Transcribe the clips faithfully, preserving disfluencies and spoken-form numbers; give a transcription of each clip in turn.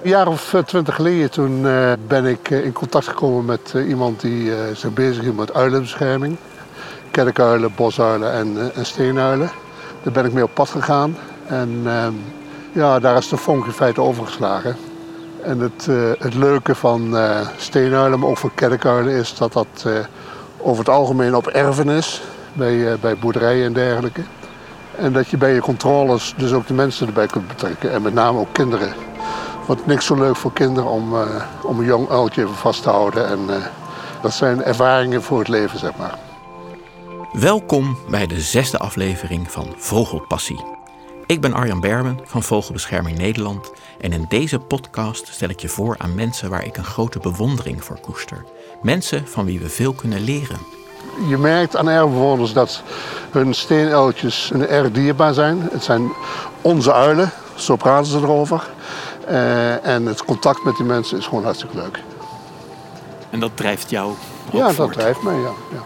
Een jaar of twintig geleden toen, uh, ben ik uh, in contact gekomen met uh, iemand die uh, zich bezighield met uilenbescherming. Kerkuilen, bosuilen en, uh, en steenuilen. Daar ben ik mee op pad gegaan. En uh, ja, daar is de vonk in feite overgeslagen. En het, uh, het leuke van uh, steenuilen, maar ook van kerkuilen, is dat dat uh, over het algemeen op erven is. Bij, uh, bij boerderijen en dergelijke. En dat je bij je controles dus ook de mensen erbij kunt betrekken. En met name ook kinderen. Want niks zo leuk voor kinderen om, uh, om een jong uiltje even vast te houden. En uh, dat zijn ervaringen voor het leven, zeg maar. Welkom bij de zesde aflevering van Vogelpassie. Ik ben Arjan Bermen van Vogelbescherming Nederland. En in deze podcast stel ik je voor aan mensen waar ik een grote bewondering voor koester. Mensen van wie we veel kunnen leren. Je merkt aan erfbewoners dat hun steenuiltjes erg dierbaar zijn. Het zijn onze uilen, zo praten ze erover. Uh, en het contact met die mensen is gewoon hartstikke leuk. En dat drijft jou ook Ja, voort. dat drijft mij, ja. ja.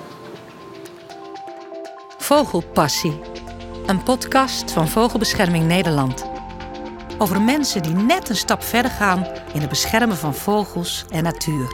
Vogelpassie. Een podcast van Vogelbescherming Nederland. Over mensen die net een stap verder gaan in het beschermen van vogels en natuur.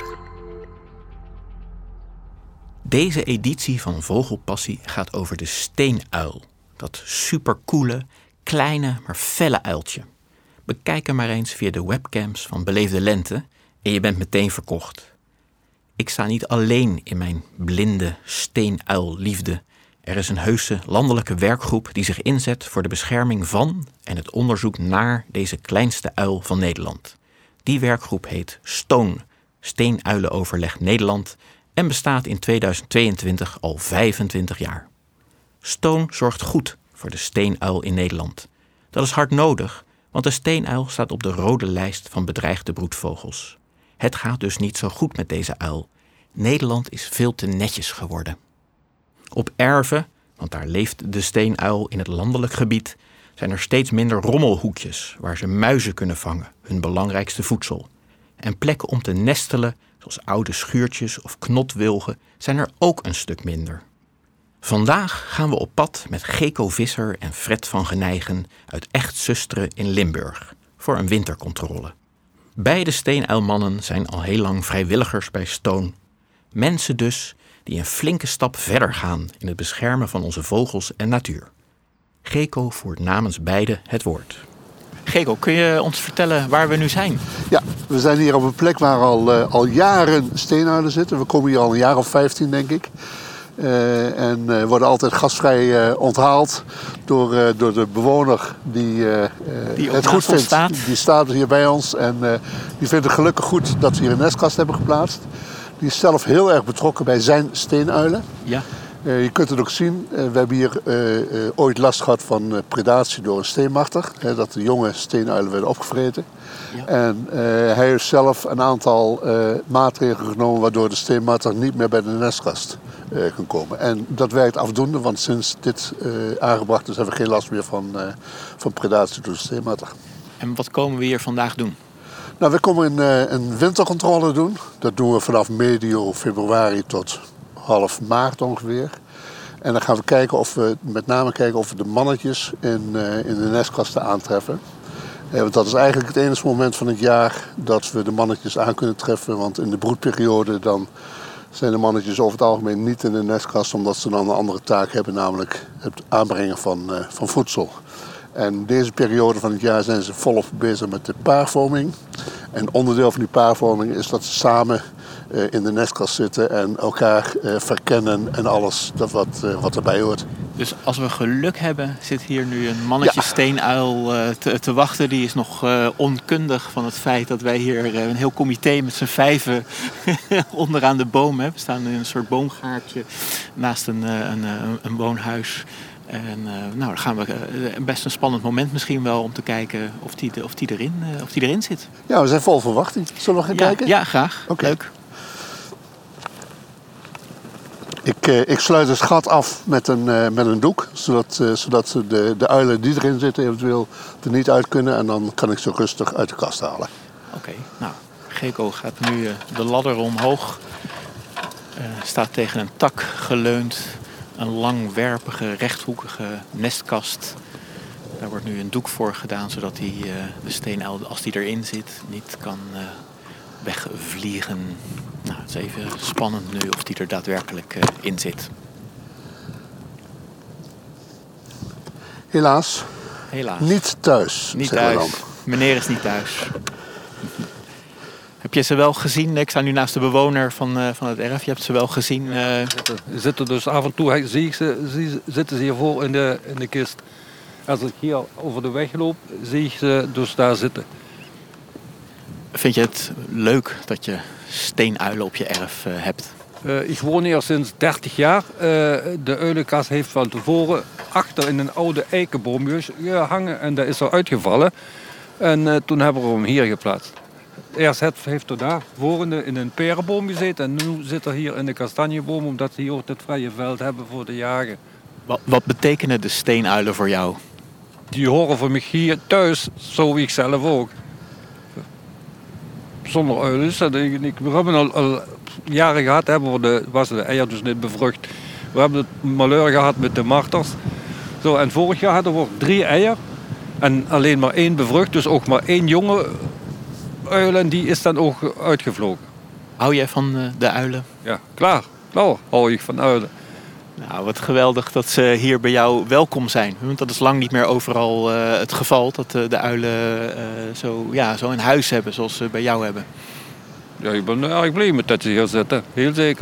Deze editie van Vogelpassie gaat over de steenuil. Dat supercoole, kleine, maar felle uiltje. Bekijk hem maar eens via de webcams van Beleefde Lente en je bent meteen verkocht. Ik sta niet alleen in mijn blinde steenuilliefde. Er is een heuse landelijke werkgroep die zich inzet voor de bescherming van en het onderzoek naar deze kleinste uil van Nederland. Die werkgroep heet STOON, Steenuilenoverleg Nederland, en bestaat in tweeduizend tweeëntwintig al vijfentwintig jaar. STOON zorgt goed voor de steenuil in Nederland. Dat is hard nodig, want de steenuil staat op de rode lijst van bedreigde broedvogels. Het gaat dus niet zo goed met deze uil. Nederland is veel te netjes geworden. Op erven, want daar leeft de steenuil in het landelijk gebied, zijn er steeds minder rommelhoekjes waar ze muizen kunnen vangen, hun belangrijkste voedsel. En plekken om te nestelen, zoals oude schuurtjes of knotwilgen, zijn er ook een stuk minder. Vandaag gaan we op pad met Geko Visser en Fred van Genijgen uit Echt Susteren in Limburg voor een wintercontrole. Beide steenuilmannen zijn al heel lang vrijwilligers bij STOON. Mensen dus die een flinke stap verder gaan in het beschermen van onze vogels en natuur. Geko voert namens beide het woord. Geko, kun je ons vertellen waar we nu zijn? Ja, we zijn hier op een plek waar al, uh, al jaren steenuilen zitten. We komen hier al een jaar of vijftien, denk ik. Uh, en uh, worden altijd gastvrij uh, onthaald door, uh, door de bewoner die, uh, die het goed vindt. Staat. Die staat hier bij ons en uh, die vindt het gelukkig goed dat we hier een nestkast hebben geplaatst. Die is zelf heel erg betrokken bij zijn steenuilen. Ja. Uh, je kunt het ook zien. Uh, we hebben hier uh, uh, ooit last gehad van uh, predatie door een steenmarter. Uh, dat de jonge steenuilen werden opgevreten. Ja. En uh, hij heeft zelf een aantal uh, maatregelen genomen waardoor de steenmarter niet meer bij de nestkast uh, kan komen. En dat werkt afdoende, want sinds dit uh, aangebracht is hebben we geen last meer van, uh, van predatie door de steenmarter. En wat komen we hier vandaag doen? Nou, we komen een, uh, een wintercontrole doen. Dat doen we vanaf medio februari tot half maart ongeveer. En dan gaan we kijken of we met name kijken of we de mannetjes in, uh, in de nestkasten aantreffen. Eh, want dat is eigenlijk het enige moment van het jaar dat we de mannetjes aan kunnen treffen. Want in de broedperiode dan zijn de mannetjes over het algemeen niet in de nestkast, omdat ze dan een andere taak hebben, namelijk het aanbrengen van, uh, van voedsel. En deze periode van het jaar zijn ze volop bezig met de paarvorming. En onderdeel van die paarvorming is dat ze samen uh, in de nestkast zitten en elkaar uh, verkennen en alles dat wat, uh, wat erbij hoort. Dus als we geluk hebben, zit hier nu een mannetje ja. steenuil uh, te, te wachten. Die is nog uh, onkundig van het feit dat wij hier uh, een heel comité met z'n vijven onderaan de boom hebben. We staan in een soort boomgaartje naast een, uh, een, een, een woonhuis. En uh, nou, dan gaan we uh, best een spannend moment misschien wel om te kijken of die, of die, erin, uh, of die erin zit. Ja, we zijn vol verwachting. Zullen we gaan ja, kijken? Ja, graag. Okay. Leuk. Ik, uh, ik sluit het gat af met een, uh, met een doek, zodat, uh, zodat de, de uilen die erin zitten eventueel er niet uit kunnen. En dan kan ik ze rustig uit de kast halen. Oké, okay, nou, Geko gaat nu uh, de ladder omhoog. Uh, staat tegen een tak geleund. Een langwerpige, rechthoekige nestkast. Daar wordt nu een doek voor gedaan, zodat die, uh, de steenuil, als die erin zit, niet kan uh, wegvliegen. Nou, het is even spannend nu of die er daadwerkelijk uh, in zit. Helaas. Helaas. Niet thuis. Niet thuis. Meneer is niet thuis. Heb je ze wel gezien? Ik sta nu naast de bewoner van, uh, van het erf. Je hebt ze wel gezien. Uh... Zitten, zitten dus af en toe zie ik ze, zie, zitten ze hiervoor in de, in de kist. Als ik hier over de weg loop, zie ik ze dus daar zitten. Vind je het leuk dat je steenuilen op je erf uh, hebt? Uh, ik woon hier sinds dertig jaar. Uh, de uilenkast heeft van tevoren achter in een oude eikenboom gehangen en dat is er uitgevallen. En uh, toen hebben we hem hier geplaatst. Eerst het heeft er daar vorende in een perenboom gezeten en nu zit er hier in de kastanjeboom omdat ze hier ook het vrije veld hebben voor de jagen. Wat, wat betekenen de steenuilen voor jou? Die horen voor mij hier thuis, zo wie ik zelf ook. Zonder uilen. We hebben al, al jaren gehad, hebben we de, was de eier dus niet bevrucht. We hebben het malheur gehad met de marters. Zo, en vorig jaar hadden we drie eier en alleen maar één bevrucht, dus ook maar één jonge uil en die is dan ook uitgevlogen. Hou jij van uh, de uilen? Ja, klaar. Klaar hou ik van uilen. Nou, wat geweldig dat ze hier bij jou welkom zijn. Want dat is lang niet meer overal uh, het geval. Dat uh, de uilen uh, zo, ja, zo een huis hebben zoals ze bij jou hebben. Ja, ik ben erg blij met dat ze hier zitten. Heel zeker.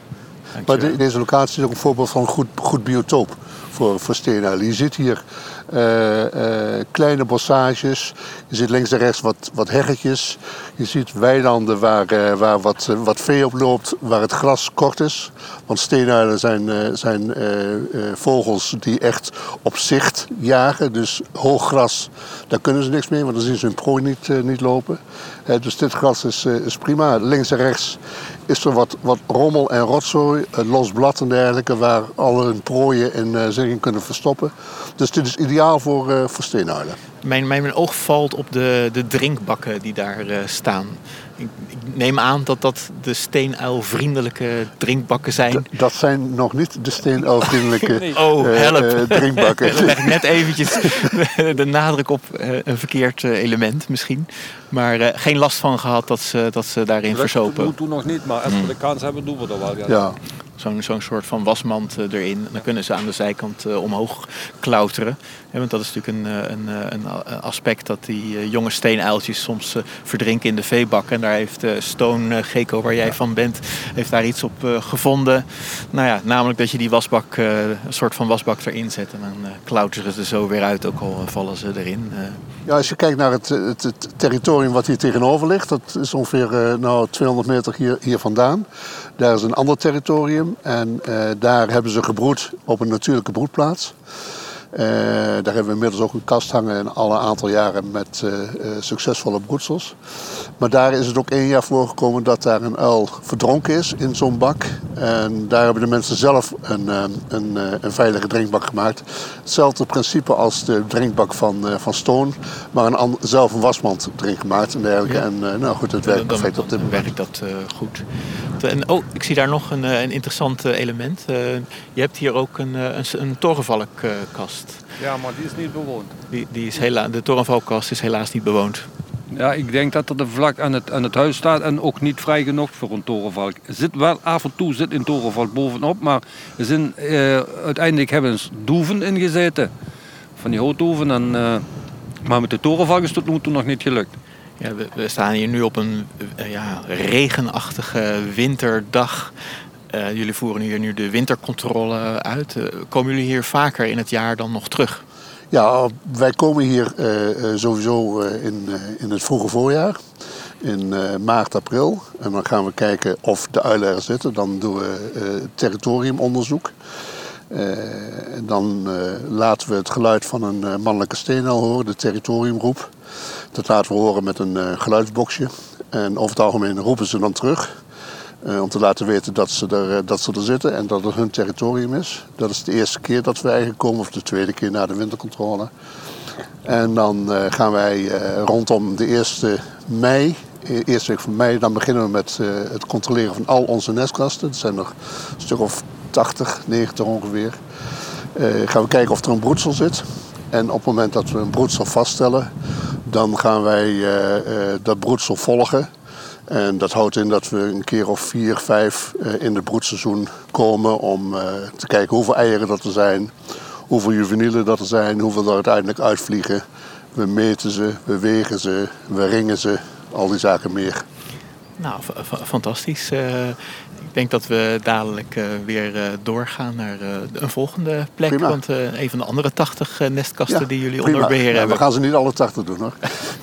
Maar de, deze locatie is ook een voorbeeld van een goed, goed biotoop voor, voor steenuilen. Je ziet hier uh, uh, kleine bossages. Je ziet links en rechts wat, wat heggetjes. Je ziet weilanden waar, uh, waar wat, uh, wat vee op loopt, waar het gras kort is. Want steenuilen zijn, uh, zijn uh, uh, vogels die echt op zicht jagen. Dus hoog gras, daar kunnen ze niks mee, want dan zien ze hun prooi niet, uh, niet lopen. Uh, dus dit gras is, uh, is prima. Links en rechts is er wat, wat rommel en rotzooi, uh, los blad en dergelijke, waar al hun prooien in, uh, zich in kunnen verstoppen. Dus dit is ideaal voor, uh, voor steenuilen. Mijn, mijn oog valt op de, de drinkbakken die daar uh, staan. Ik, ik neem aan dat dat de steenuilvriendelijke drinkbakken zijn. D- dat zijn nog niet de steenuilvriendelijke nee. oh, help. uh, uh, drinkbakken. Dan leg ik net eventjes de, de nadruk op uh, een verkeerd uh, element misschien. Maar uh, geen last van gehad dat ze, dat ze daarin dat versopen. Dat doen we toen nog niet, maar als we de kans hebben doen we dat wel. Ja. ja. Zo'n, zo'n soort van wasmand uh, erin. Dan kunnen ze aan de zijkant uh, omhoog klauteren. Ja, want dat is natuurlijk een, een, een aspect dat die uh, jonge steenuiltjes soms uh, verdrinken in de veebak. En daar heeft uh, Stone uh, Gecko, waar jij ja. van bent, heeft daar iets op uh, gevonden. Nou ja, namelijk dat je die wasbak, uh, een soort van wasbak erin zet. En dan uh, klauteren ze er zo weer uit, ook al uh, vallen ze erin. Uh. Ja, als je kijkt naar het, het, het territorium wat hier tegenover ligt, dat is ongeveer uh, nou, tweehonderd meter hier, hier vandaan. Daar is een ander territorium en uh, daar hebben ze gebroed op een natuurlijke broedplaats. Uh, daar hebben we inmiddels ook een kast hangen en al een aantal jaren met uh, uh, succesvolle broedsels. Maar daar is het ook één jaar voorgekomen dat daar een uil verdronken is in zo'n bak. En daar hebben de mensen zelf een, uh, een, uh, een veilige drinkbak gemaakt. Hetzelfde principe als de drinkbak van, uh, van Stone, maar een and- zelf een wasmand erin gemaakt en dergelijke. Ja. En uh, nou goed, het werkt perfect dan, op dit moment. Dan werkt dat uh, goed. En, oh, ik zie daar nog een, een interessant element. Uh, je hebt hier ook een, een, een torenvalkkast. Ja, maar die is niet bewoond. Die, die is hela- de torenvalkkast is helaas niet bewoond. Ja, ik denk dat er vlak aan het, aan het huis staat en ook niet vrij genoeg voor een torenvalk. Er zit wel af en toe zit een torenvalk bovenop, maar er zijn, uh, uiteindelijk hebben ze doeven ingezeten. Van die houtdoeven. En, uh, maar met de torenvalk is het tot nu toe nog niet gelukt. Ja, we, we staan hier nu op een uh, ja, regenachtige winterdag. Uh, jullie voeren hier nu de wintercontrole uit. Uh, komen jullie hier vaker in het jaar dan nog terug? Ja, wij komen hier uh, sowieso uh, in, uh, in het vroege voorjaar. In uh, maart, april. En dan gaan we kijken of de uilen er zitten. Dan doen we uh, territoriumonderzoek. Uh, en dan uh, laten we het geluid van een uh, mannelijke steenuil horen, de territoriumroep. Dat laten we horen met een uh, geluidsboxje. En over het algemeen roepen ze dan terug. Uh, om te laten weten dat ze, er, uh, dat ze er zitten en dat het hun territorium is. Dat is de eerste keer dat we eigenlijk komen, of de tweede keer na de wintercontrole. En dan uh, gaan wij uh, rondom de eerste mei, eerste week van mei, dan beginnen we met uh, het controleren van al onze nestkasten. Dat zijn er een stuk of tachtig, negentig ongeveer. Uh, gaan we kijken of er een broedsel zit. En op het moment dat we een broedsel vaststellen, dan gaan wij uh, uh, dat broedsel volgen. En dat houdt in dat we een keer of vier, vijf uh, in het broedseizoen komen om uh, te kijken hoeveel eieren dat er zijn, hoeveel juvenielen dat er zijn, hoeveel er uiteindelijk uitvliegen. We meten ze, we wegen ze, we ringen ze, al die zaken meer. Nou, f- f- fantastisch. Uh, ik denk dat we dadelijk uh, weer uh, doorgaan naar uh, een volgende plek. Prima. Want uh, een van de andere tachtig uh, nestkasten Ja, die jullie prima. onder beheer Ja, hebben. we gaan ze niet alle tachtig doen hoor.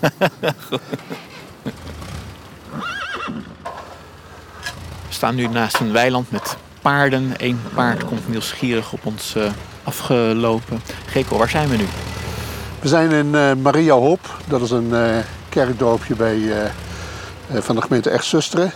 We staan nu naast een weiland met paarden. Eén paard komt nieuwsgierig op ons uh, afgelopen. Geko, waar zijn we nu? We zijn in uh, Maria Hoop. Dat is een uh, kerkdorpje bij, uh, uh, van de gemeente Echt-Susteren.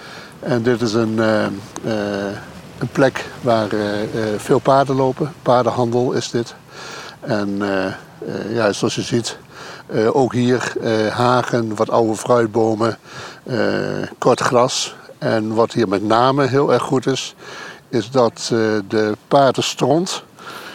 En dit is een, uh, uh, een plek waar uh, uh, veel paarden lopen. Paardenhandel is dit. En uh, uh, ja, zoals je ziet, uh, ook hier uh, hagen, wat oude fruitbomen, uh, kort gras. En wat hier met name heel erg goed is, is dat uh, de paardenstront,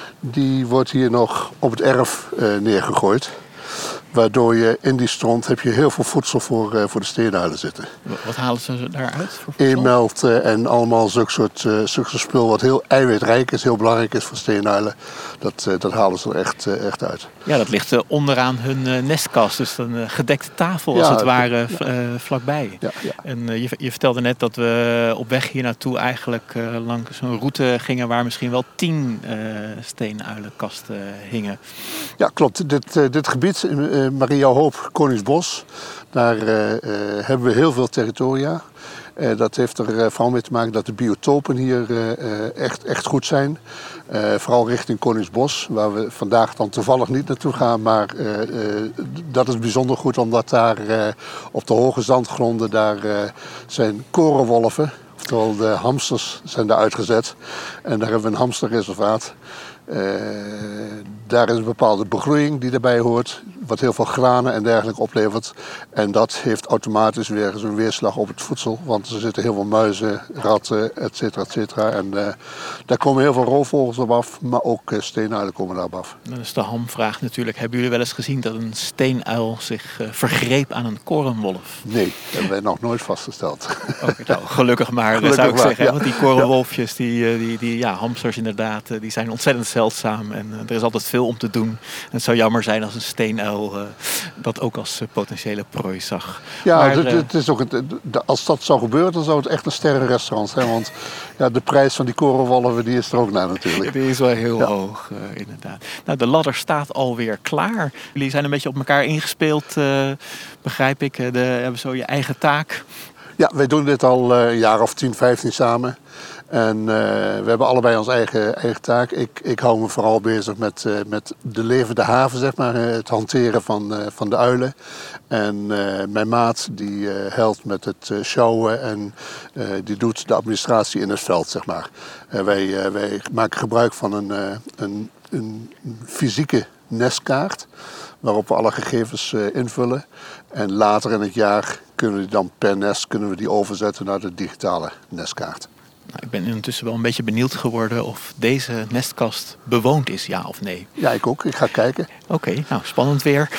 die wordt hier nog op het erf uh, neergegooid. Waardoor je in die stront heb je heel veel voedsel voor, uh, voor de steenuilen zitten. Wat halen ze daaruit? Voor voedsel? E-melt uh, en allemaal zulke soort, uh, zulke soort spul wat heel eiwitrijk is, heel belangrijk is voor steenuilen. Dat, uh, dat halen ze er echt, uh, echt uit. Ja, dat ligt uh, onderaan hun uh, nestkast. Dus een uh, gedekte tafel als Ja, het ware ja. uh, vlakbij. Ja, ja. En uh, je, je vertelde net dat we op weg hier naartoe eigenlijk uh, langs een route gingen waar misschien wel tien uh, steenuilenkasten uh, hingen. Ja, klopt. Dit, uh, dit gebied, uh, Maria Hoop, Koningsbos, daar uh, uh, hebben we heel veel territoria. Uh, dat heeft er uh, vooral mee te maken dat de biotopen hier uh, uh, echt, echt goed zijn. Uh, vooral richting Koningsbos, waar we vandaag dan toevallig niet naartoe gaan. Maar uh, uh, dat is bijzonder goed, omdat daar uh, op de hoge zandgronden daar, uh, zijn korenwolven. Oftewel de hamsters zijn daar uitgezet. En daar hebben we een hamsterreservaat. Uh, daar is een bepaalde begroeiing die erbij hoort, wat heel veel granen en dergelijke oplevert. En dat heeft automatisch weer zo'n weerslag op het voedsel, want er zitten heel veel muizen, ratten, et cetera, et cetera. En uh, daar komen heel veel roofvogels op af, maar ook uh, steenuilen komen daarop af. Dan is de hamvraag natuurlijk, hebben jullie wel eens gezien dat een steenuil zich uh, vergreep aan een korenwolf? Nee, dat hebben wij nog nooit vastgesteld. Okay, nou, gelukkig maar, Gelukkig zou ik maar, zeggen. ja. Want die korenwolfjes, die, die, die ja, hamsters inderdaad, die zijn ontzettend zeldzaam. En uh, er is altijd veel om te doen. En het zou jammer zijn als een steenuil uh, dat ook als uh, potentiële prooi zag. Ja, maar, het, uh, het is ook het, als dat zou gebeuren, dan zou het echt een sterrenrestaurant zijn. Want ja, de prijs van die korenwolven, die is er ook naar natuurlijk. Die is wel heel ja. hoog, uh, inderdaad. Nou, de ladder staat alweer klaar. Jullie zijn een beetje op elkaar ingespeeld, uh, begrijp ik. De, hebben zo je eigen taak. Ja, wij doen dit al uh, een jaar of tien, vijftien samen. En uh, we hebben allebei onze eigen, eigen taak. Ik, ik hou me vooral bezig met, uh, met de levende haven, zeg maar. Uh, het hanteren van, uh, van de uilen. En uh, mijn maat die uh, helpt met het uh, sjouwen en uh, die doet de administratie in het veld, zeg maar. Uh, wij, uh, wij maken gebruik van een, uh, een, een fysieke nestkaart, waarop we alle gegevens uh, invullen. En later in het jaar kunnen we die dan per nest kunnen we die overzetten naar de digitale nestkaart. Nou, ik ben intussen wel een beetje benieuwd geworden of deze nestkast bewoond is, ja of nee. Ja, ik ook. Ik ga kijken. Oké, okay, nou spannend weer.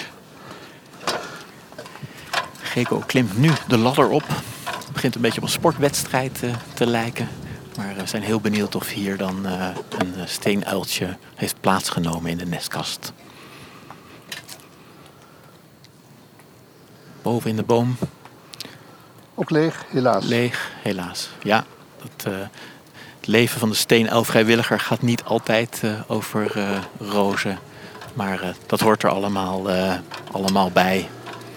Geko klimt nu de ladder op. Het begint een beetje op een sportwedstrijd uh, te lijken. Maar we zijn heel benieuwd of hier dan uh, een steenuiltje heeft plaatsgenomen in de nestkast. Boven in de boom. Ook leeg, helaas. Leeg, helaas. Ja, dat, uh, het leven van de steenuilvrijwilliger gaat niet altijd uh, over uh, rozen. Maar uh, dat hoort er allemaal, uh, allemaal bij.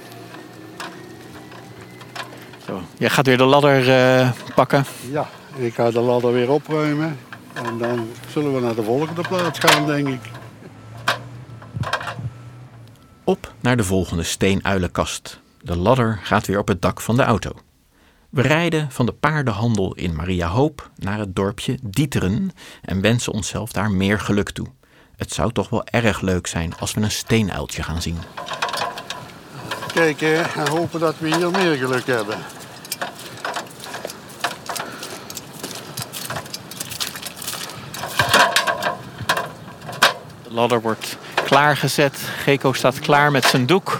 Zo, jij gaat weer de ladder uh, pakken. Ja, ik ga de ladder weer opruimen. En dan zullen we naar de volgende plaats gaan, denk ik. Op naar de volgende steenuilenkast. De ladder gaat weer op het dak van de auto. We rijden van de paardenhandel in Maria Hoop naar het dorpje Dieteren en wensen onszelf daar meer geluk toe. Het zou toch wel erg leuk zijn als we een steenuiltje gaan zien. Kijken en hopen dat we hier meer geluk hebben. De ladder wordt klaargezet. Geko staat klaar met zijn doek.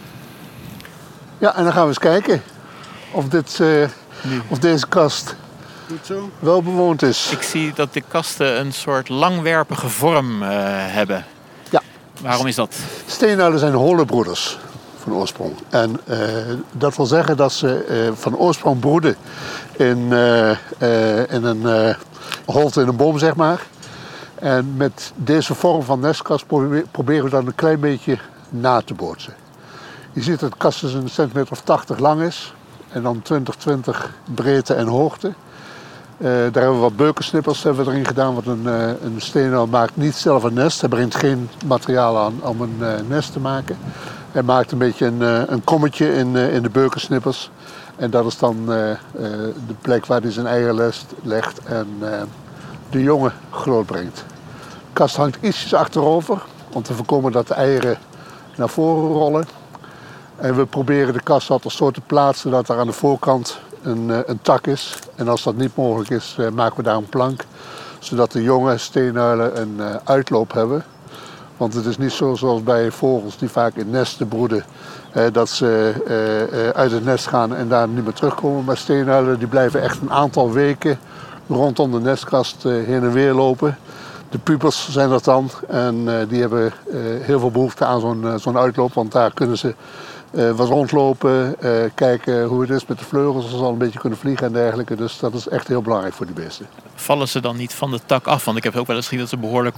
Ja, en dan gaan we eens kijken of, dit, uh, of deze kast Goed zo. wel bewoond is. Ik zie dat de kasten een soort langwerpige vorm uh, hebben. Ja. Waarom is dat? Steenuilen zijn holebroeders van oorsprong. En uh, dat wil zeggen dat ze uh, van oorsprong broeden in, uh, uh, in een uh, holte in een boom, zeg maar. En met deze vorm van nestkast proberen we dan een klein beetje na te bootsen. Je ziet dat de kast dus een centimeter of tachtig lang is. En dan twintig twintig breedte en hoogte. Uh, daar hebben we wat beukensnippers hebben we erin gedaan. Want een, uh, een steenuil maakt niet zelf een nest. Hij brengt geen materiaal aan om een uh, nest te maken. Hij maakt een beetje een, uh, een kommetje in, uh, in de beukensnippers. En dat is dan uh, uh, de plek waar hij zijn eieren legt en uh, de jongen grootbrengt. De kast hangt ietsjes achterover. Om te voorkomen dat de eieren naar voren rollen. En we proberen de kast altijd zo te plaatsen dat er aan de voorkant een, een tak is. En als dat niet mogelijk is, maken we daar een plank. Zodat de jonge steenuilen een uitloop hebben. Want het is niet zo zoals bij vogels die vaak in nesten broeden. Dat ze uit het nest gaan en daar niet meer terugkomen. Maar steenuilen die blijven echt een aantal weken rondom de nestkast heen en weer lopen. De pubers zijn dat dan. En die hebben heel veel behoefte aan zo'n, zo'n uitloop. Want daar kunnen ze Uh, wat rondlopen, uh, kijken hoe het is met de vleugels. Ze al een beetje kunnen vliegen en dergelijke. Dus dat is echt heel belangrijk voor die beesten. Vallen ze dan niet van de tak af? Want ik heb ook wel eens gezien dat ze behoorlijk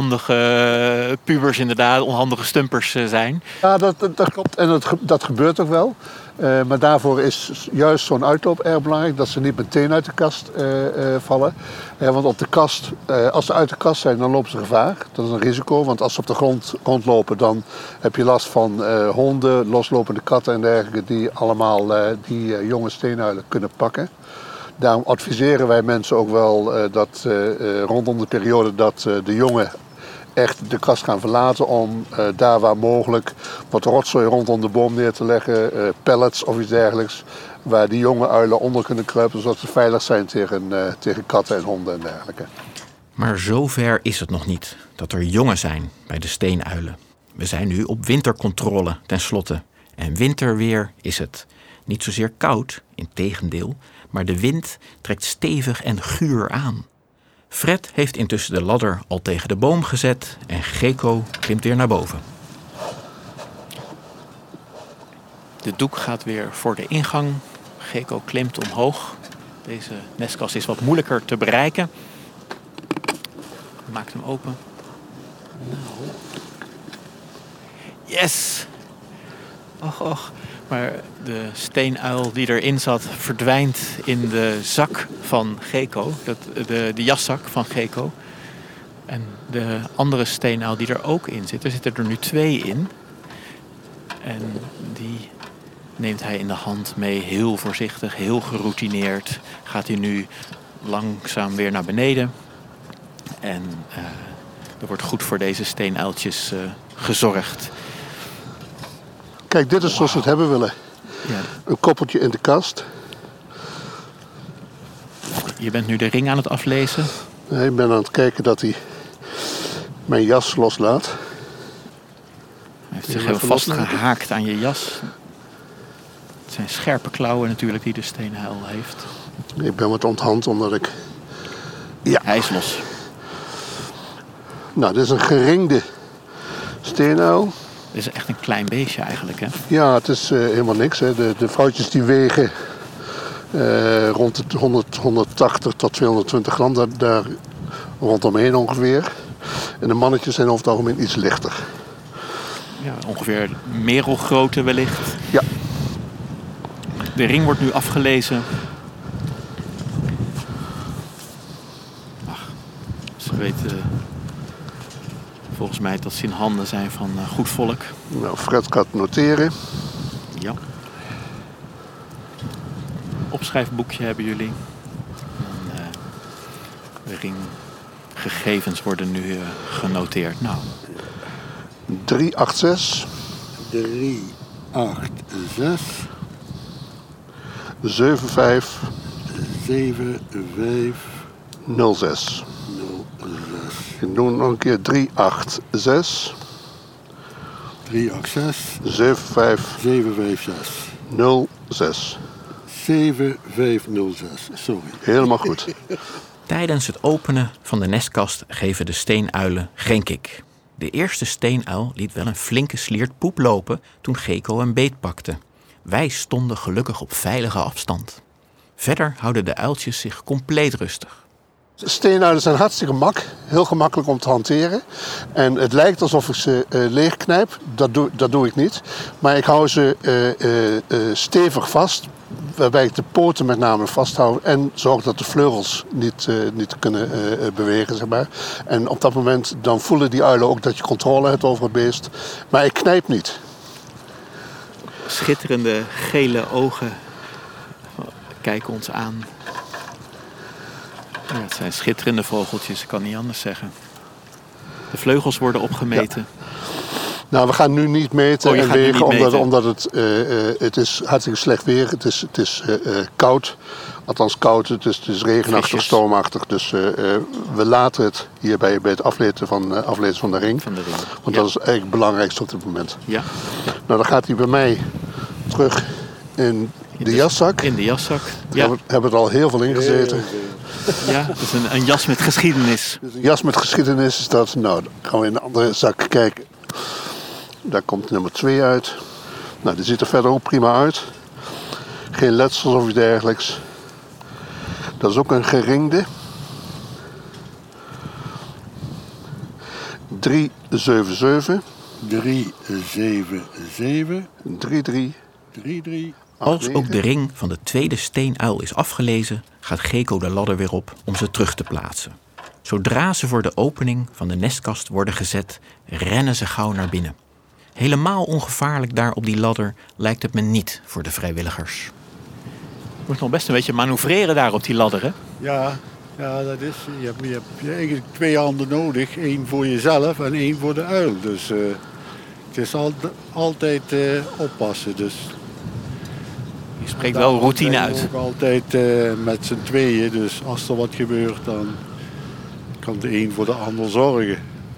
onhandige pubers inderdaad, onhandige stumpers zijn. Ja, dat, dat, dat klopt. En dat, dat gebeurt ook wel. Uh, maar daarvoor is juist zo'n uitloop erg belangrijk. Dat ze niet meteen uit de kast uh, uh, vallen. Uh, want op de kast, uh, als ze uit de kast zijn, dan lopen ze gevaar. Dat is een risico. Want als ze op de grond rondlopen, dan heb je last van uh, honden, loslopende katten en dergelijke. Die allemaal uh, die uh, jonge steenuilen kunnen pakken. Daarom adviseren wij mensen ook wel uh, dat uh, uh, rondom de periode dat uh, de jongen echt de kast gaan verlaten om uh, daar waar mogelijk wat rotzooi rondom de boom neer te leggen, uh, pellets of iets dergelijks, waar die jonge uilen onder kunnen kruipen, zodat ze veilig zijn tegen, uh, tegen katten en honden en dergelijke. Maar zover is het nog niet dat er jongen zijn bij de steenuilen. We zijn nu op wintercontrole tenslotte. En winterweer is het. Niet zozeer koud, integendeel, maar de wind trekt stevig en guur aan. Fred heeft intussen de ladder al tegen de boom gezet en Geko klimt weer naar boven. De doek gaat weer voor de ingang. Geko klimt omhoog. Deze nestkast is wat moeilijker te bereiken. Maakt hem open. Nou. Yes! Och, och. Maar de steenuil die erin zat verdwijnt in de zak van Geko. Dat, de, de jaszak van Geko. En de andere steenuil die er ook in zit. Er zitten er nu twee in. En die neemt hij in de hand mee. Heel voorzichtig, heel geroutineerd. Gaat hij nu langzaam weer naar beneden. En uh, er wordt goed voor deze steenuiltjes uh, gezorgd. Kijk, dit is zoals we het hebben willen. Ja. Een koppeltje in de kast. Je bent nu de ring aan het aflezen. Nee, ik ben aan het kijken dat hij mijn jas loslaat. Hij heeft zich heel vastgehaakt aan je jas. Het zijn scherpe klauwen natuurlijk die de steenuil heeft. Ik ben wat onthand omdat ik... Ja. Hij is los. Nou, dit is een geringde steenuil. Dit is echt een klein beestje eigenlijk, hè? Ja, het is uh, helemaal niks. Hè. De, de vrouwtjes die wegen uh, rond de honderd, honderdtachtig tot tweehonderdtwintig gram. Daar, daar rondomheen ongeveer. En de mannetjes zijn over het algemeen iets lichter. Ja, ongeveer merelgrootte wellicht. Ja. De ring wordt nu afgelezen. Ach, ze weten volgens mij dat ze in handen zijn van uh, goed volk. Nou, Fred gaat noteren. Ja. Opschrijfboekje hebben jullie. En, uh, de ringgegevens worden nu uh, genoteerd. Nou. drie acht zes. drie acht zes. zeven vijf. zeven vijf. nul zes. nul zes. We doen nog een keer drie acht zes. drie acht zes zeven vijf zeven vijf zes nul zes. zeven vijf nul zes. Sorry. Helemaal goed. Tijdens het openen van de nestkast geven de steenuilen geen kik. De eerste steenuil liet wel een flinke sliert poep lopen toen Geko een beet pakte. Wij stonden gelukkig op veilige afstand. Verder houden de uiltjes zich compleet rustig. Steenuilen zijn hartstikke mak, heel gemakkelijk om te hanteren. En het lijkt alsof ik ze uh, leegknijp, dat doe, dat doe ik niet. Maar ik hou ze uh, uh, uh, stevig vast, waarbij ik de poten met name vasthoud en zorg dat de vleugels niet, uh, niet kunnen uh, bewegen, zeg maar. En op dat moment dan voelen die uilen ook dat je controle hebt over het beest. Maar ik knijp niet. Schitterende gele ogen kijken ons aan. Ja, het zijn schitterende vogeltjes, ik kan niet anders zeggen. De vleugels worden opgemeten. Ja. Nou, we gaan nu niet meten oh, en wegen, niet omdat, meten. omdat het, uh, uh, het is hartstikke slecht weer. Het is, het is uh, uh, koud, althans koud, het is, het is regenachtig, Frisjes. Stormachtig. Dus uh, uh, we laten het hierbij bij het aflezen van, uh, aflezen van de ring. Van de ring. Want Ja. dat is eigenlijk het belangrijkste op dit moment. Ja. Nou, dan gaat hij bij mij terug in de jaszak. In de jaszak. We Ja, hebben, hebben er al heel veel in gezeten. ja, het is een, een jas met geschiedenis. Dus een jas met geschiedenis is dat. Nou, dan gaan we in de andere zak kijken. Daar komt nummer twee uit. Nou, die ziet er verder ook prima uit. Geen letsels of iets dergelijks. Dat is ook een geringde. drie zeven zeven. drie zeven zeven drie drie. drie drie. Als ook de ring van de tweede steenuil is afgelezen, gaat Geko de ladder weer op om ze terug te plaatsen. Zodra ze voor de opening van de nestkast worden gezet, rennen ze gauw naar binnen. Helemaal ongevaarlijk daar op die ladder lijkt het me niet voor de vrijwilligers. Je moet nog best een beetje manoeuvreren daar op die ladder, hè? Ja, ja, dat is. Je hebt, je hebt eigenlijk twee handen nodig. Eén voor jezelf en één voor de uil. Dus uh, het is al, altijd uh, oppassen. Dus Je spreekt wel routine zijn we uit. ook altijd uh, met z'n tweeën. Dus als er wat gebeurt, dan kan de een voor de ander zorgen.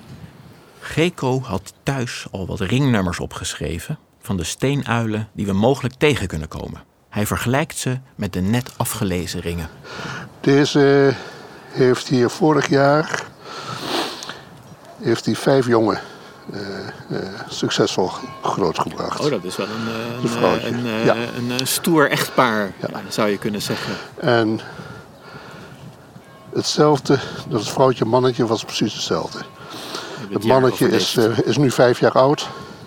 Geko had thuis al wat ringnummers opgeschreven van de steenuilen die we mogelijk tegen kunnen komen. Hij vergelijkt ze met de net afgelezen ringen. Deze heeft hier vorig jaar heeft hij vijf jongen uh, uh, succesvol grootgebracht. Oh, dat is wel een, uh, Een vrouwtje. een, uh, Ja. een, een stoer echtpaar, Ja. ja, zou je kunnen zeggen. En hetzelfde, dat het vrouwtje en mannetje was precies hetzelfde. Het mannetje is, uh, is nu vijf jaar oud.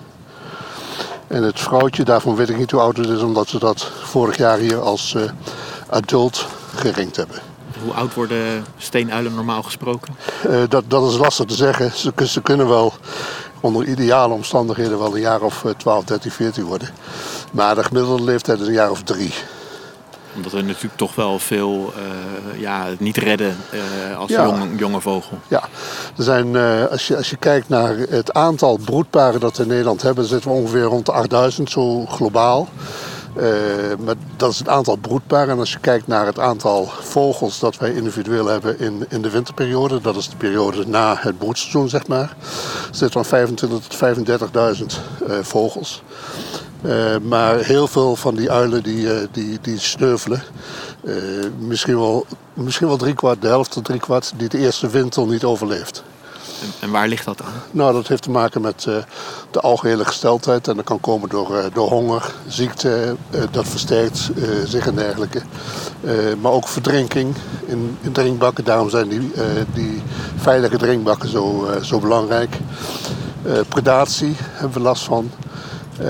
En het vrouwtje, daarvan weet ik niet hoe oud het is, omdat ze dat vorig jaar hier als uh, adult geringd hebben. Hoe oud worden steenuilen normaal gesproken? Uh, dat, dat is lastig te zeggen. Ze, ze kunnen wel onder ideale omstandigheden wel een jaar of twaalf, dertien, veertien worden. Maar de gemiddelde leeftijd is een jaar of drie. Omdat we natuurlijk toch wel veel uh, ja, het niet redden uh, als Ja. jong, jonge vogel. Ja, er zijn, uh, als, je, als je kijkt naar het aantal broedparen dat we in Nederland hebben, dan zitten we ongeveer rond de achtduizend, zo globaal. Uh, maar dat is het aantal broedparen. En als je kijkt naar het aantal vogels dat wij individueel hebben in, in de winterperiode, dat is de periode na het broedseizoen, zeg maar, zitten we aan vijfentwintigduizend tot vijfendertigduizend uh, vogels. Uh, maar heel veel van die uilen die, uh, die, die sneuvelen. Uh, misschien wel, misschien wel driekwart, de helft tot driekwart, die de eerste winter niet overleeft. En, en waar ligt dat aan? Nou, dat heeft te maken met uh, de algehele gesteldheid. En dat kan komen door, uh, door honger, ziekte, uh, dat versterkt uh, zich en dergelijke. Uh, maar ook verdrinking in, in drinkbakken. Daarom zijn die, uh, die veilige drinkbakken zo, uh, zo belangrijk. Uh, predatie hebben we last van. Uh,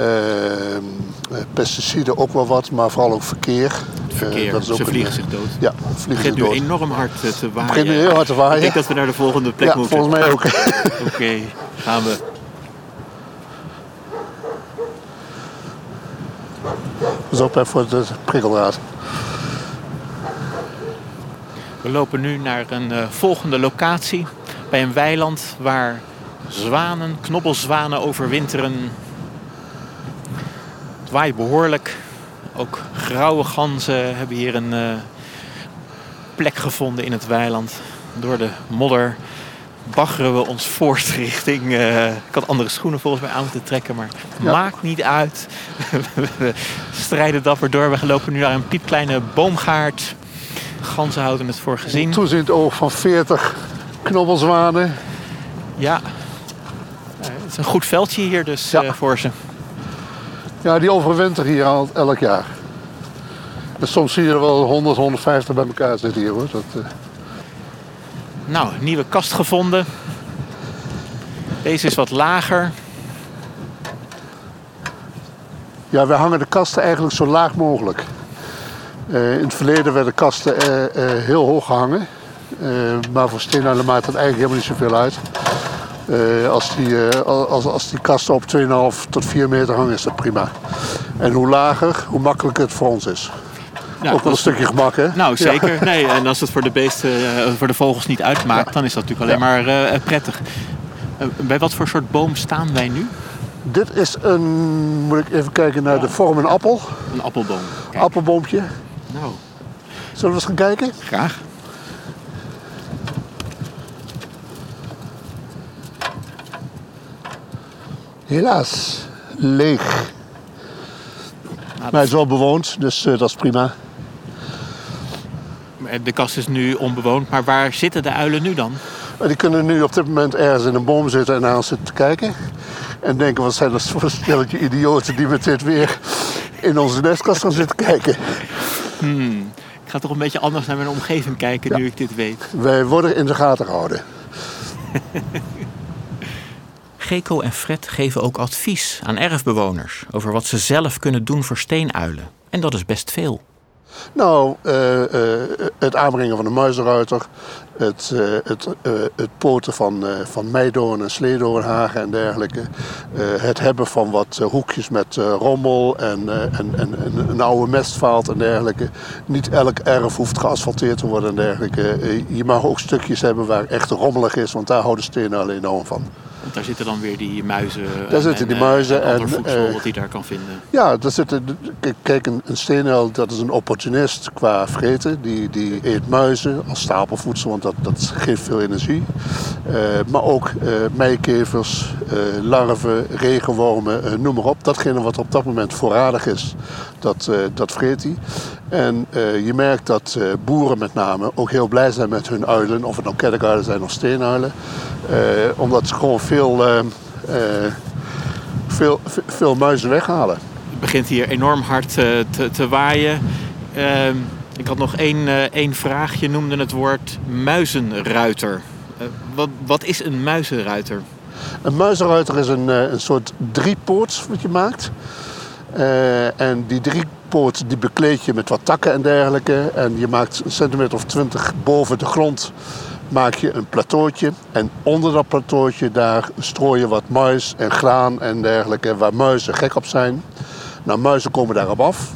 pesticiden ook wel wat, maar vooral ook verkeer. Verkeer, Uh, dat is ook ze een, vliegen zich dood. Ja, Het vliegen begint zich nu dood. enorm hard uh, te waaien. Het begint nu heel hard te waaien. Ik denk dat we naar de volgende plek Ja, moeten. volgens mij ook. Oké, okay, gaan we. Pas op hè, voor de prikkeldraad. We lopen nu naar een uh, volgende locatie. Bij een weiland waar zwanen, knobbelzwanen overwinteren. Het waait behoorlijk. Ook grauwe ganzen hebben hier een uh, plek gevonden in het weiland. Door de modder baggeren we ons voort richting... Uh, ik had andere schoenen volgens mij aan moeten trekken, maar Ja. maakt niet uit. We strijden dapper door. We lopen nu naar een piepkleine boomgaard. Ganzen houden het voor gezien. Toeziend oog van veertig knobbelzwanen. Ja, uh, het is een goed veldje hier dus Ja. uh, voor ze. Ja, die overwinteren hier al elk jaar. En soms zie je er wel honderd, honderdvijftig bij elkaar zitten hier hoor. Dat, uh... Nou, nieuwe kast gevonden. Deze is wat lager. Ja, wij hangen de kasten eigenlijk zo laag mogelijk. Uh, in het verleden werden kasten uh, uh, heel hoog gehangen. Uh, maar voor steenuilen maakt dat eigenlijk helemaal niet zoveel uit. Uh, als, die, uh, als, als die kasten op twee komma vijf tot vier meter hangen is dat prima. En hoe lager, hoe makkelijker het voor ons is. Nou, Ook wel een stukje gemak, hè? Nou, zeker. Ja. Nee, en als het voor de beesten, uh, voor de vogels niet uitmaakt, Ja. dan is dat natuurlijk alleen maar uh, prettig. Uh, bij wat voor soort boom staan wij nu? Dit is een, moet ik even kijken naar de vorm, een appel. Een appelboom. Kijk. Appelboompje. Nou, Zullen we eens gaan kijken? graag. Helaas, leeg. Nou, Maar hij is wel bewoond, dus uh, dat is prima. de kast is nu onbewoond, maar waar zitten de uilen nu dan? Maar die kunnen nu op dit moment ergens in een boom zitten en naar ons zitten te kijken. En denken, wat zijn dat voor een stelletje idioten die met dit weer in onze nestkast gaan zitten kijken. Hmm. Ik ga toch een beetje anders naar mijn omgeving kijken Ja. nu ik dit weet. Wij worden in de gaten gehouden. Geko en Fred geven ook advies aan erfbewoners over wat ze zelf kunnen doen voor steenuilen. En dat is best veel. Nou, uh, uh, het aanbrengen van de muizenruiter, het, uh, het, uh, het poten van, uh, van meidoorn en sleedoornhagen en dergelijke. Uh, het hebben van wat uh, hoekjes met uh, rommel en, uh, en, en, en een oude mestvaalt en dergelijke. Niet elk erf hoeft geasfalteerd te worden en dergelijke. Uh, je mag ook stukjes hebben waar echt rommelig is, want daar houden steenuilen enorm van. Want daar zitten dan weer die muizen. Daar zitten die muizen en, en ander en, voedsel uh, wat hij daar kan vinden. Ja, daar zitten, kijk, een, een steenuil dat is een opportunist qua vreten. Die, die eet muizen als stapelvoedsel, want dat, dat geeft veel energie. Uh, maar ook uh, meikevers, uh, larven, regenwormen, uh, noem maar op. Datgene wat op dat moment voorradig is, dat, uh, dat vreet hij. En uh, je merkt dat uh, boeren met name ook heel blij zijn met hun uilen. Of het nou kerkuilen zijn of steenuilen. Uh, omdat ze gewoon veel... Uh, uh, Veel, veel muizen weghalen. Het begint hier enorm hard uh, te, te waaien. Uh, ik had nog één, uh, één vraag. Je noemde het woord muizenruiter. Uh, wat, wat is een muizenruiter? Een muizenruiter is een, een soort driepoort wat je maakt. Uh, en die driepoort die bekleed je met wat takken en dergelijke. En je maakt een centimeter of twintig boven de grond maak je een plateautje. En onder dat plateautje daar strooi je wat mais en graan en dergelijke waar muizen gek op zijn. Nou, muizen komen daarop af.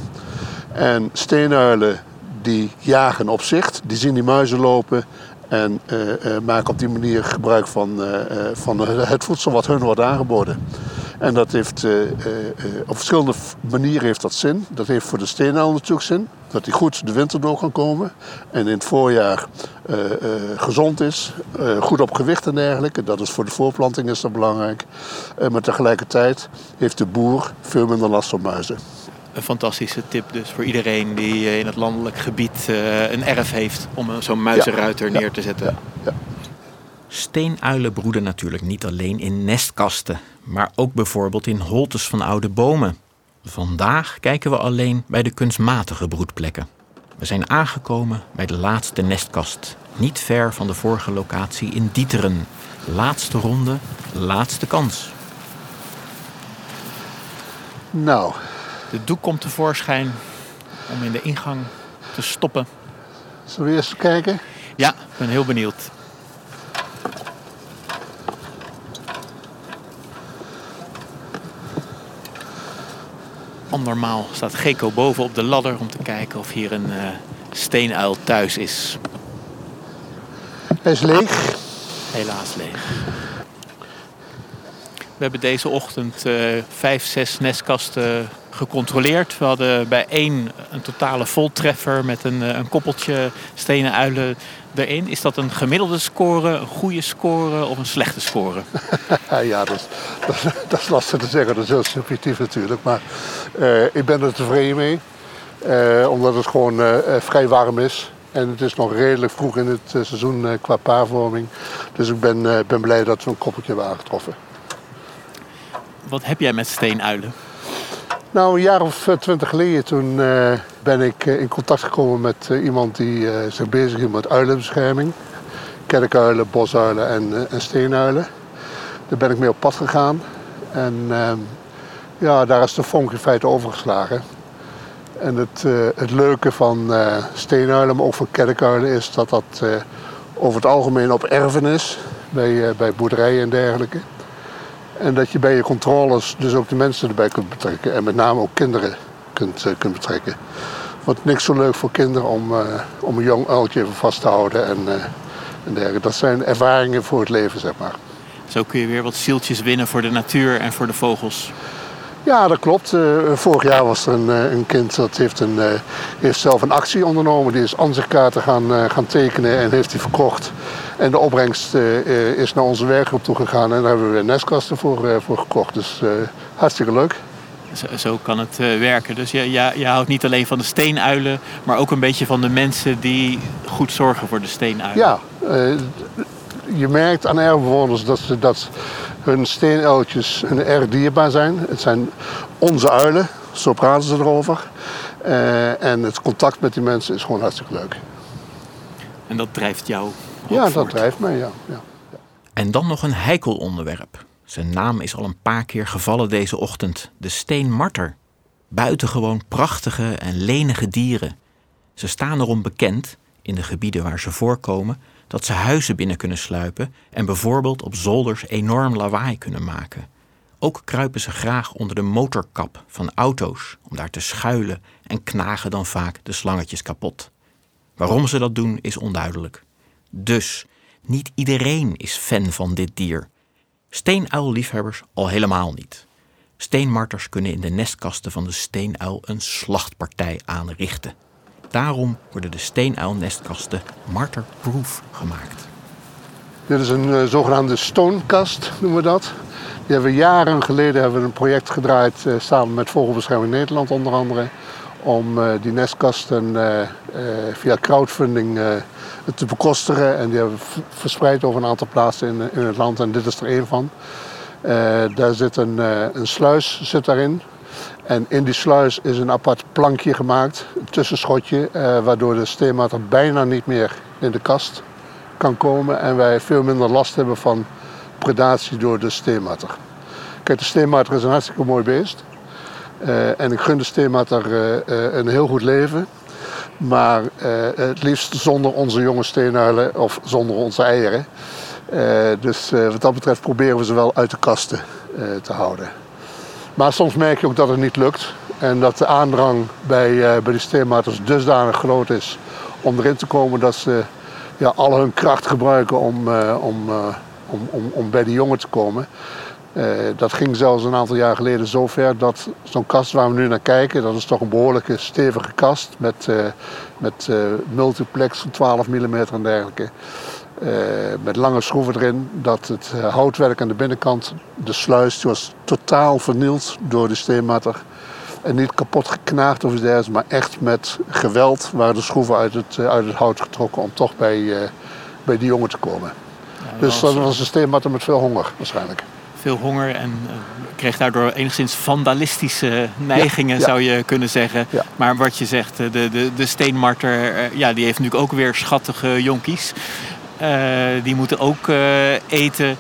En steenuilen die jagen op zicht, die zien die muizen lopen en uh, uh, maken op die manier gebruik van, uh, uh, van het voedsel wat hun wordt aangeboden. En dat heeft uh, uh, op verschillende manieren heeft dat zin. Dat heeft voor de steenuil natuurlijk zin. Dat hij goed de winter door kan komen. En in het voorjaar uh, uh, gezond is. Uh, goed op gewicht en dergelijke. Dat is voor de voorplanting is dat belangrijk. Uh, maar tegelijkertijd heeft de boer veel minder last van muizen. Een fantastische tip dus voor iedereen die in het landelijk gebied uh, een erf heeft om zo'n muizenruiter ja, neer te zetten. Ja, ja. Steenuilen broeden natuurlijk niet alleen in nestkasten, maar ook bijvoorbeeld in holtes van oude bomen. Vandaag kijken we alleen bij de kunstmatige broedplekken. We zijn aangekomen bij de laatste nestkast, niet ver van de vorige locatie in Dieteren. Laatste ronde, laatste kans. Nou. De doek komt tevoorschijn om in de ingang te stoppen. Zullen we eerst kijken? Ja, ik ben heel benieuwd. Andermaal staat Geko boven op de ladder om te kijken of hier een uh, steenuil thuis is. Hij is leeg. Helaas leeg. We hebben deze ochtend uh, vijf, zes nestkasten gecontroleerd. We hadden bij één een totale voltreffer met een, een koppeltje stenen uilen erin. Is dat een gemiddelde score, een goede score of een slechte score? Ja, dat is, dat, dat is lastig te zeggen. Dat is heel subjectief natuurlijk. Maar uh, ik ben er tevreden mee. Uh, omdat het gewoon uh, vrij warm is. En het is nog redelijk vroeg in het uh, seizoen uh, qua paarvorming. Dus ik ben, uh, ben blij dat we een koppeltje hebben aangetroffen. Wat heb jij met steenuilen? Nou, een jaar of twintig geleden toen uh, ben ik uh, in contact gekomen met uh, iemand die uh, zich bezighield met uilenbescherming. Kerkuilen, bosuilen en, uh, en steenuilen. Daar ben ik mee op pad gegaan. En uh, ja, daar is de vonk in feite overgeslagen. En het, uh, het leuke van uh, steenuilen, maar ook van kerkuilen, is dat dat uh, over het algemeen op erven is. Bij, uh, bij boerderijen en dergelijke. En dat je bij je controles dus ook de mensen erbij kunt betrekken. En met name ook kinderen kunt, uh, kunt betrekken. Want niks zo leuk voor kinderen om, uh, om een jong uiltje even vast te houden. En, uh, en dergelijke. Dat zijn ervaringen voor het leven, zeg maar. Zo kun je weer wat zieltjes winnen voor de natuur en voor de vogels. Ja, dat klopt. Uh, vorig jaar was er een, uh, een kind dat heeft, een, uh, heeft zelf een actie ondernomen. Die is ansichtkaarten gaan, uh, gaan tekenen en heeft die verkocht. En de opbrengst uh, uh, is naar onze werkgroep toegegaan en daar hebben we weer nestkasten voor, uh, voor gekocht. Dus uh, hartstikke leuk. Zo, zo kan het uh, werken. Dus je, je, je houdt niet alleen van de steenuilen, maar ook een beetje van de mensen die goed zorgen voor de steenuilen. Ja, uh, je merkt aan erfbewoners dat, ze, dat hun steenuiltjes hun erg dierbaar zijn. Het zijn onze uilen, zo praten ze erover. Uh, en het contact met die mensen is gewoon hartstikke leuk. En dat drijft jou Ja, voort. dat drijft mij, ja. ja. ja. En dan nog een heikel onderwerp. Zijn naam is al een paar keer gevallen deze ochtend. De steenmarter. Buitengewoon prachtige en lenige dieren. Ze staan erom bekend, in de gebieden waar ze voorkomen, dat ze huizen binnen kunnen sluipen en bijvoorbeeld op zolders enorm lawaai kunnen maken. Ook kruipen ze graag onder de motorkap van auto's om daar te schuilen en knagen dan vaak de slangetjes kapot. Waarom ze dat doen is onduidelijk. Dus, niet iedereen is fan van dit dier. Steenuilliefhebbers al helemaal niet. Steenmarters kunnen in de nestkasten van de steenuil een slachtpartij aanrichten. Daarom worden de steenuilnestkasten marterproof gemaakt. Dit is een uh, zogenaamde stonekast, noemen we dat. Die hebben we jaren geleden hebben we een project gedraaid, uh, samen met Vogelbescherming Nederland onder andere, om uh, die nestkasten uh, uh, via crowdfunding uh, te bekostigen. En die hebben we verspreid over een aantal plaatsen in, in het land en dit is er één van. Uh, daar zit een, uh, een sluis zit daarin. En in die sluis is een apart plankje gemaakt, een tussenschotje, uh, waardoor de steenmarter bijna niet meer in de kast kan komen. En wij veel minder last hebben van predatie door de steenmarter. Kijk, de steenmarter is een hartstikke mooi beest. Uh, en ik gun de steenmarter uh, uh, een heel goed leven. Maar uh, het liefst zonder onze jonge steenuilen of zonder onze eieren. Uh, dus uh, wat dat betreft proberen we ze wel uit de kasten uh, te houden. Maar soms merk je ook dat het niet lukt. En dat de aandrang bij, uh, bij de steenmarters dusdanig groot is om erin te komen dat ze ja, al hun kracht gebruiken om, uh, om, uh, om, om, om bij de jongen te komen. Uh, dat ging zelfs een aantal jaar geleden zo ver dat zo'n kast waar we nu naar kijken, dat is toch een behoorlijke stevige kast met, uh, met uh, multiplex van twaalf millimeter en dergelijke. Uh, met lange schroeven erin, dat het uh, houtwerk aan de binnenkant, de sluis, die was totaal vernield door de steenmarter. En niet kapot geknaagd of iets dergelijks, maar echt met geweld waren de schroeven uit het, uh, uit het hout getrokken om toch bij, uh, bij die jongen te komen. Ja, dat dus dat was een steenmarter met veel honger waarschijnlijk. Veel honger en uh, kreeg daardoor enigszins vandalistische neigingen, ja, ja. zou je kunnen zeggen. Ja. Maar wat je zegt, de, de, de steenmarter, uh, ja, die heeft natuurlijk ook weer schattige jonkies. Uh, die moeten ook uh, eten,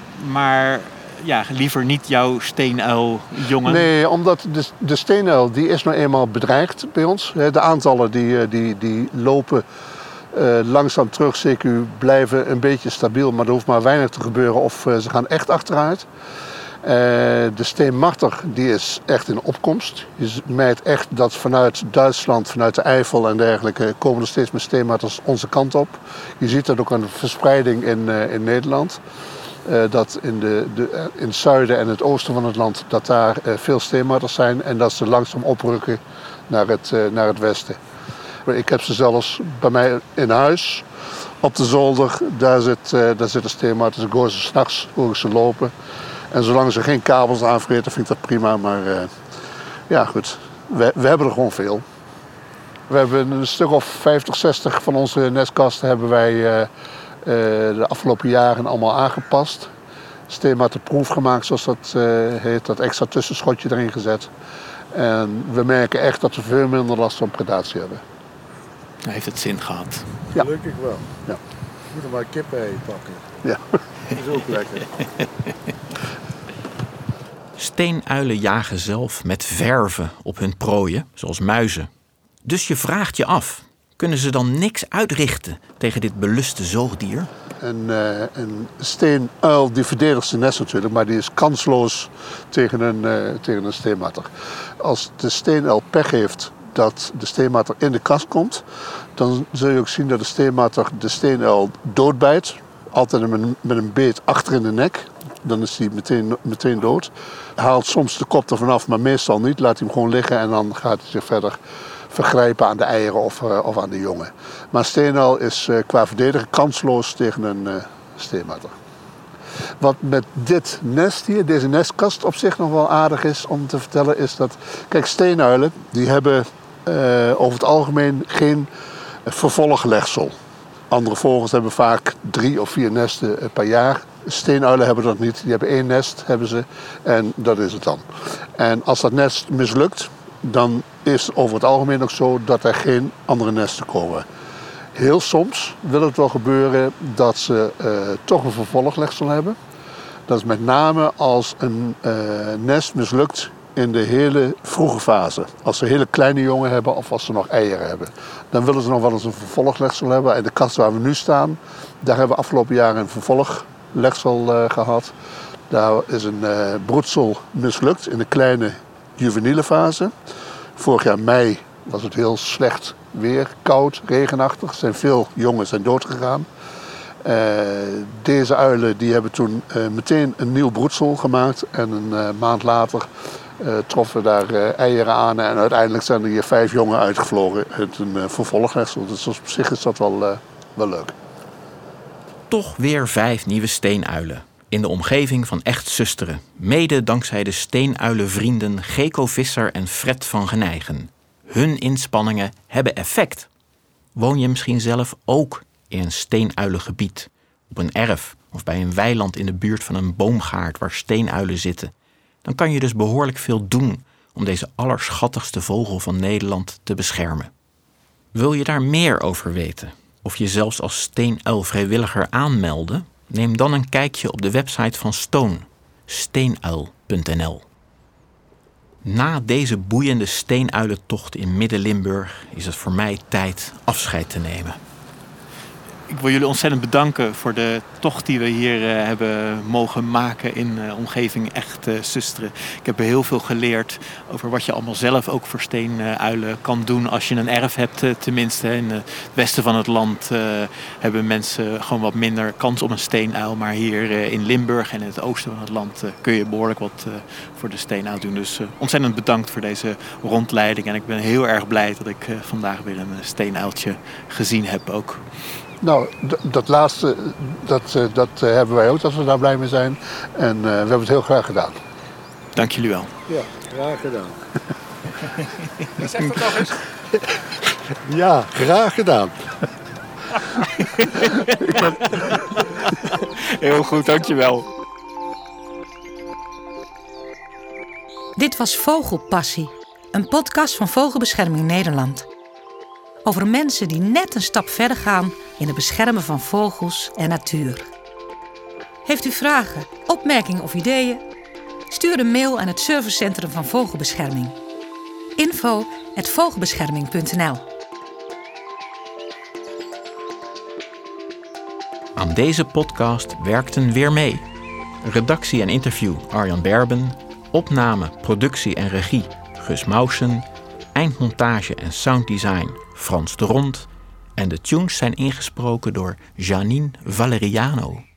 maar ja, liever niet jouw steenuiljongen. Nee, omdat de, de steenuil die is nou eenmaal bedreigd bij ons. De aantallen die, die, die lopen uh, langzaam terug. C Q blijven een beetje stabiel, maar er hoeft maar weinig te gebeuren of uh, ze gaan echt achteruit. Uh, de steenmarter die is echt in opkomst. Je merkt echt dat vanuit Duitsland, vanuit de Eifel en dergelijke komen er steeds meer steenmarters onze kant op. Je ziet dat ook aan de verspreiding in, uh, in Nederland. Uh, dat in, de, de, in het zuiden en het oosten van het land dat daar uh, veel steenmarters zijn en dat ze langzaam oprukken naar het, uh, naar het westen. Ik heb ze zelfs bij mij in huis op de zolder. Daar, zit, uh, daar zitten steenmarters. Ik hoor ze 's nachts hoor ik ze lopen. En zolang ze geen kabels aanvreten vind ik dat prima. Maar uh, ja goed, we, we hebben er gewoon veel. We hebben een stuk of vijftig, zestig van onze nestkasten hebben wij uh, uh, de afgelopen jaren allemaal aangepast. Steenmarterproef gemaakt zoals dat uh, heet. Dat extra tussenschotje erin gezet. En we merken echt dat we veel minder last van predatie hebben. Heeft het zin gehad? Ja. Gelukkig wel. Ja. Je moet er maar kippen pakken. Ja. Dat is ook lekker. Steenuilen jagen zelf met verven op hun prooien, zoals muizen. Dus je vraagt je af, kunnen ze dan niks uitrichten tegen dit beluste zoogdier? Een, uh, een steenuil die verdedigt zijn nest natuurlijk, maar die is kansloos tegen een, uh, tegen een steenmarter. Als de steenuil pech heeft dat de steenmarter in de kast komt, dan zul je ook zien dat de steenmarter de steenuil doodbijt. Altijd met een, met een beet achter in de nek. Dan is hij meteen, meteen dood. Haalt soms de kop ervan af, maar meestal niet. Laat hij hem gewoon liggen en dan gaat hij zich verder vergrijpen aan de eieren of, uh, of aan de jongen. Maar een steenuil is uh, qua verdediger kansloos tegen een uh, steenmarter. Wat met dit nest hier, deze nestkast op zich nog wel aardig is om te vertellen, is dat, kijk, steenuilen die hebben uh, over het algemeen geen vervolglegsel. Andere vogels hebben vaak drie of vier nesten per jaar. Steenuilen hebben dat niet. Die hebben één nest, hebben ze, en dat is het dan. En als dat nest mislukt, dan is het over het algemeen ook zo dat er geen andere nesten komen. Heel soms wil het wel gebeuren dat ze uh, toch een vervolglegsel hebben. Dat is met name als een uh, nest mislukt in de hele vroege fase. Als ze hele kleine jongen hebben of als ze nog eieren hebben. Dan willen ze nog wel eens een vervolglegsel hebben. In de kast waar we nu staan, daar hebben we afgelopen jaar een vervolglegsel uh, gehad. Daar is een uh, broedsel mislukt in de kleine juveniele fase. Vorig jaar mei was het heel slecht weer, koud, regenachtig. Er zijn veel jongen zijn doodgegaan. Uh, deze uilen die hebben toen uh, meteen een nieuw broedsel gemaakt. En een uh, maand later uh, troffen daar uh, eieren aan. En uiteindelijk zijn er hier vijf jongen uitgevlogen uit een uh, vervolglegsel. Dus op zich is dat wel, uh, wel leuk. Toch weer vijf nieuwe steenuilen in de omgeving van Echt Susteren. Mede dankzij de steenuilenvrienden Geko Visser en Fred van Genijgen. Hun inspanningen hebben effect. Woon je misschien zelf ook in een steenuilengebied, op een erf of bij een weiland in de buurt van een boomgaard waar steenuilen zitten, dan kan je dus behoorlijk veel doen om deze allerschattigste vogel van Nederland te beschermen. Wil je daar meer over weten of je zelfs als steenuilvrijwilliger aanmelden? Neem dan een kijkje op de website van Stoon, steenuil punt n l. Na deze boeiende steenuilentocht in Midden-Limburg is het voor mij tijd afscheid te nemen. Ik wil jullie ontzettend bedanken voor de tocht die we hier uh, hebben mogen maken in de uh, omgeving Echt uh, Susteren. Ik heb er heel veel geleerd over wat je allemaal zelf ook voor steenuilen kan doen als je een erf hebt. Uh, tenminste, in het westen van het land uh, hebben mensen gewoon wat minder kans op een steenuil. Maar hier uh, in Limburg en in het oosten van het land uh, kun je behoorlijk wat uh, voor de steenuil doen. Dus uh, ontzettend bedankt voor deze rondleiding. En ik ben heel erg blij dat ik uh, vandaag weer een steenuiltje gezien heb ook. Nou, d- dat laatste, dat, uh, dat uh, hebben wij ook, dat we daar blij mee zijn. En uh, we hebben het heel graag gedaan. Dank jullie wel. Ja, graag gedaan. Zeg dat nog eens. Ja, graag gedaan. Heel goed, dankjewel. Dit was Vogelpassie, een podcast van Vogelbescherming Nederland. Over mensen die net een stap verder gaan in het beschermen van vogels en natuur. Heeft u vragen, opmerkingen of ideeën? Stuur een mail aan het servicecentrum van Vogelbescherming. info at vogelbescherming punt n l. Aan deze podcast werkten weer mee. Redactie en interview Arjan Berben. Opname, productie en regie Gus Mausen. Eindmontage en sounddesign Frans de Rond. En de tunes zijn ingesproken door Janine Valeriano.